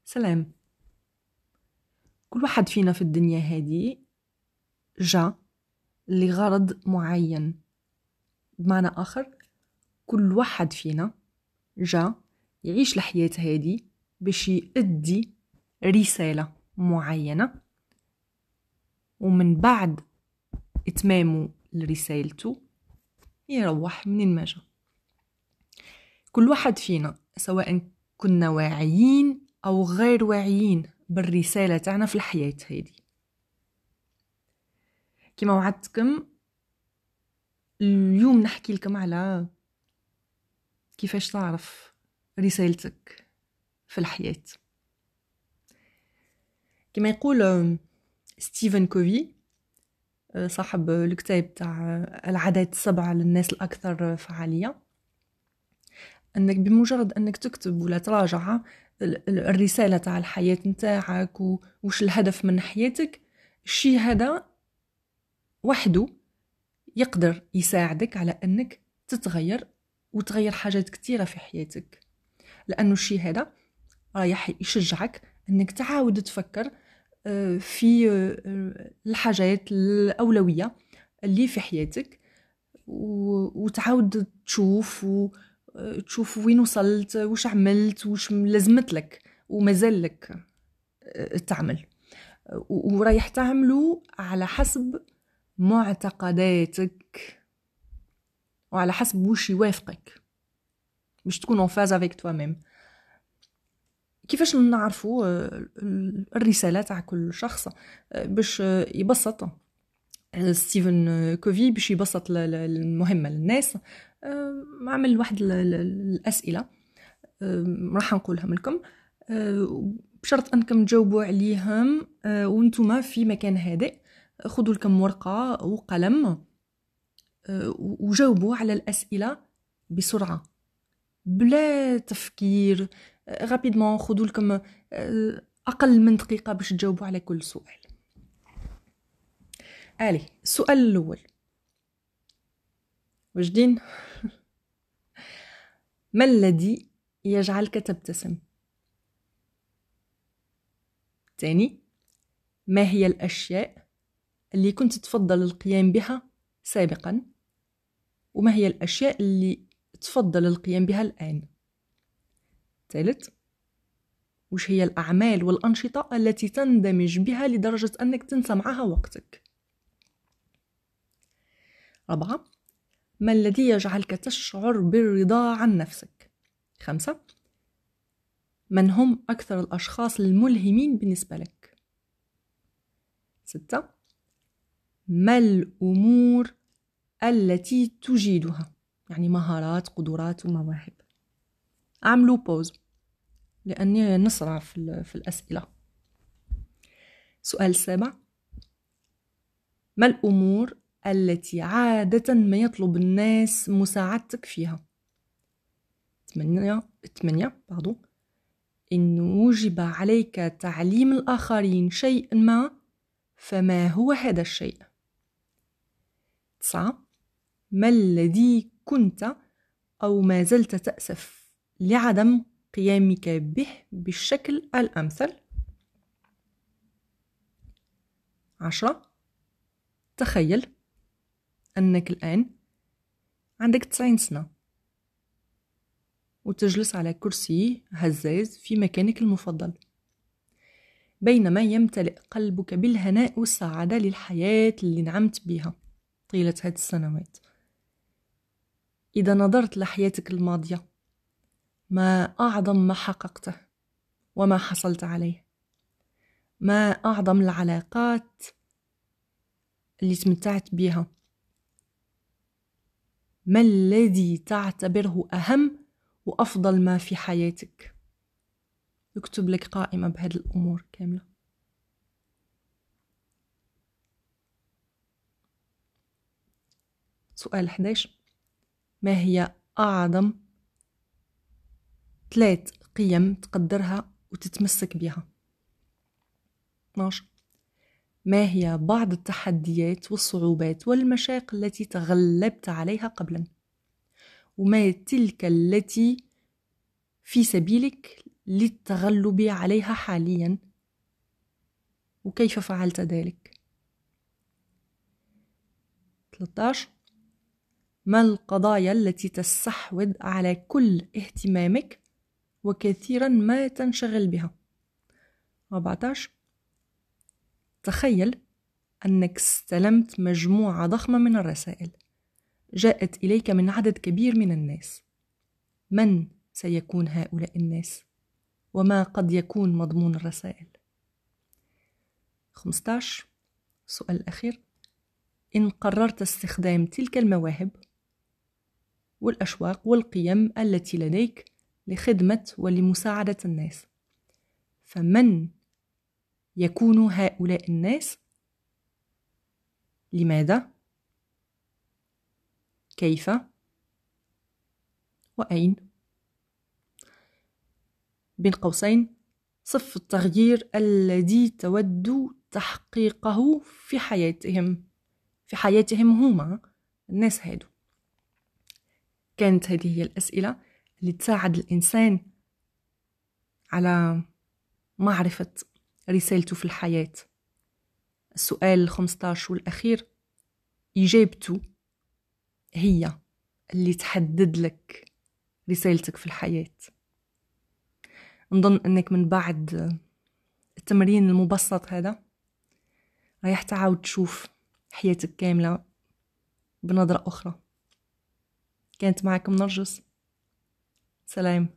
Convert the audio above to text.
سلام. كل واحد فينا في الدنيا هذه جا لغرض معين. بمعنى آخر، كل واحد فينا جا يعيش الحياة هذه باش يؤدي رسالة معينة، ومن بعد إتمامه لرسالته يروح منين ما جا. كل واحد فينا سواء كنا واعيين أو غير واعيين بالرسالة تاعنا في الحياة هذه. كما وعدتكم اليوم نحكي لكم على كيفاش تعرف رسالتك في الحياة. كما يقول ستيفن كوفي صاحب الكتاب تاع العادات السبع للناس الأكثر فعالية، أنك بمجرد أنك تكتب ولا تراجع الرسالة تاع الحياة نتاعك وش الهدف من حياتك، الشيء هذا وحده يقدر يساعدك على أنك تتغير وتغير حاجات كتيرة في حياتك، لأنه الشيء هذا رايح يشجعك أنك تعاود تفكر في الحاجات الأولوية اللي في حياتك، وتعاود تشوف وين وصلت، وش عملت، وش لازمت لك ومازال لك تعمل، ورايح تعمله على حسب معتقداتك وعلى حسب وش يوافقك، باش تكون en phase avec toi-même. كيفاش نعرفوا الرسالة تاع كل شخص؟ باش يبسط ستيفن كوفي، باش يبسط المهمة للناس، عمل واحد الأسئلة راح نقولهم لكم بشرط أنكم تجاوبوا عليهم وانتم في مكان هادئ. خذوا لكم ورقة وقلم وجاوبوا على الأسئلة بسرعة بلا تفكير، غابيدمون. خذوا لكم أقل من دقيقة باش تجاوبوا على كل سؤال. السؤال الأول، وجدين؟ ما الذي يجعلك تبتسم؟ تاني، ما هي الأشياء اللي كنت تفضل القيام بها سابقا، وما هي الأشياء اللي تفضل القيام بها الآن؟ ثالث، وش هي الأعمال والأنشطة التي تندمج بها لدرجة أنك تنسى معها وقتك؟ رابعة، ما الذي يجعلك تشعر بالرضا عن نفسك؟ خمسة، من هم أكثر الأشخاص الملهمين بالنسبة لك؟ ستة، ما الأمور التي تجيدها، يعني مهارات، قدرات ومواهب؟ أعملوا بوز لأني نسرع في الأسئلة. سؤال 7، ما الأمور التي عادة ما يطلب الناس مساعدتك فيها؟ 8 إن وجب عليك تعليم الآخرين شيء ما، فما هو هذا الشيء؟ 9، ما الذي كنت أو ما زلت تأسف لعدم قيامك به بالشكل الأمثل؟ 10، تخيل أنك الآن عندك 90 سنة وتجلس على كرسي هزاز في مكانك المفضل، بينما يمتلئ قلبك بالهناء والسعادة للحياة اللي نعمت بها طيلة هذه السنوات. إذا نظرت لحياتك الماضية، ما أعظم ما حققته وما حصلت عليه، ما أعظم العلاقات اللي تمتعت بها، ما الذي تعتبره أهم وأفضل ما في حياتك؟ اكتب لك قائمة بهذه الأمور كاملة. سؤال 11، ما هي أعظم 3 قيم تقدرها وتتمسك بها؟ 12، ما هي بعض التحديات والصعوبات والمشاق التي تغلبت عليها قبلا، وما تلك التي في سبيلك للتغلب عليها حاليا، وكيف فعلت ذلك؟ 13. ما القضايا التي تستحوذ على كل اهتمامك وكثيرا ما تنشغل بها؟ 14. تخيل أنك استلمت مجموعة ضخمة من الرسائل جاءت إليك من عدد كبير من الناس. من سيكون هؤلاء الناس؟ وما قد يكون مضمون الرسائل؟ 15. السؤال الأخير: إن قررت استخدام تلك المواهب والأشواق والقيم التي لديك لخدمة ولمساعدة الناس، فمن يكون هؤلاء الناس؟ لماذا؟ كيف؟ وأين؟ بين قوسين: صف التغيير الذي تود تحقيقه في حياتهم هما الناس هادو. كانت هذه هي الأسئلة اللي تساعد الإنسان على معرفة رسالته في الحياة. السؤال 15 والأخير إجابته هي اللي تحدد لك رسالتك في الحياة. نظن أنك من بعد التمرين المبسط هذا رايح تعاود تشوف حياتك كاملة بنظرة أخرى. كانت معكم نرجس. سلام.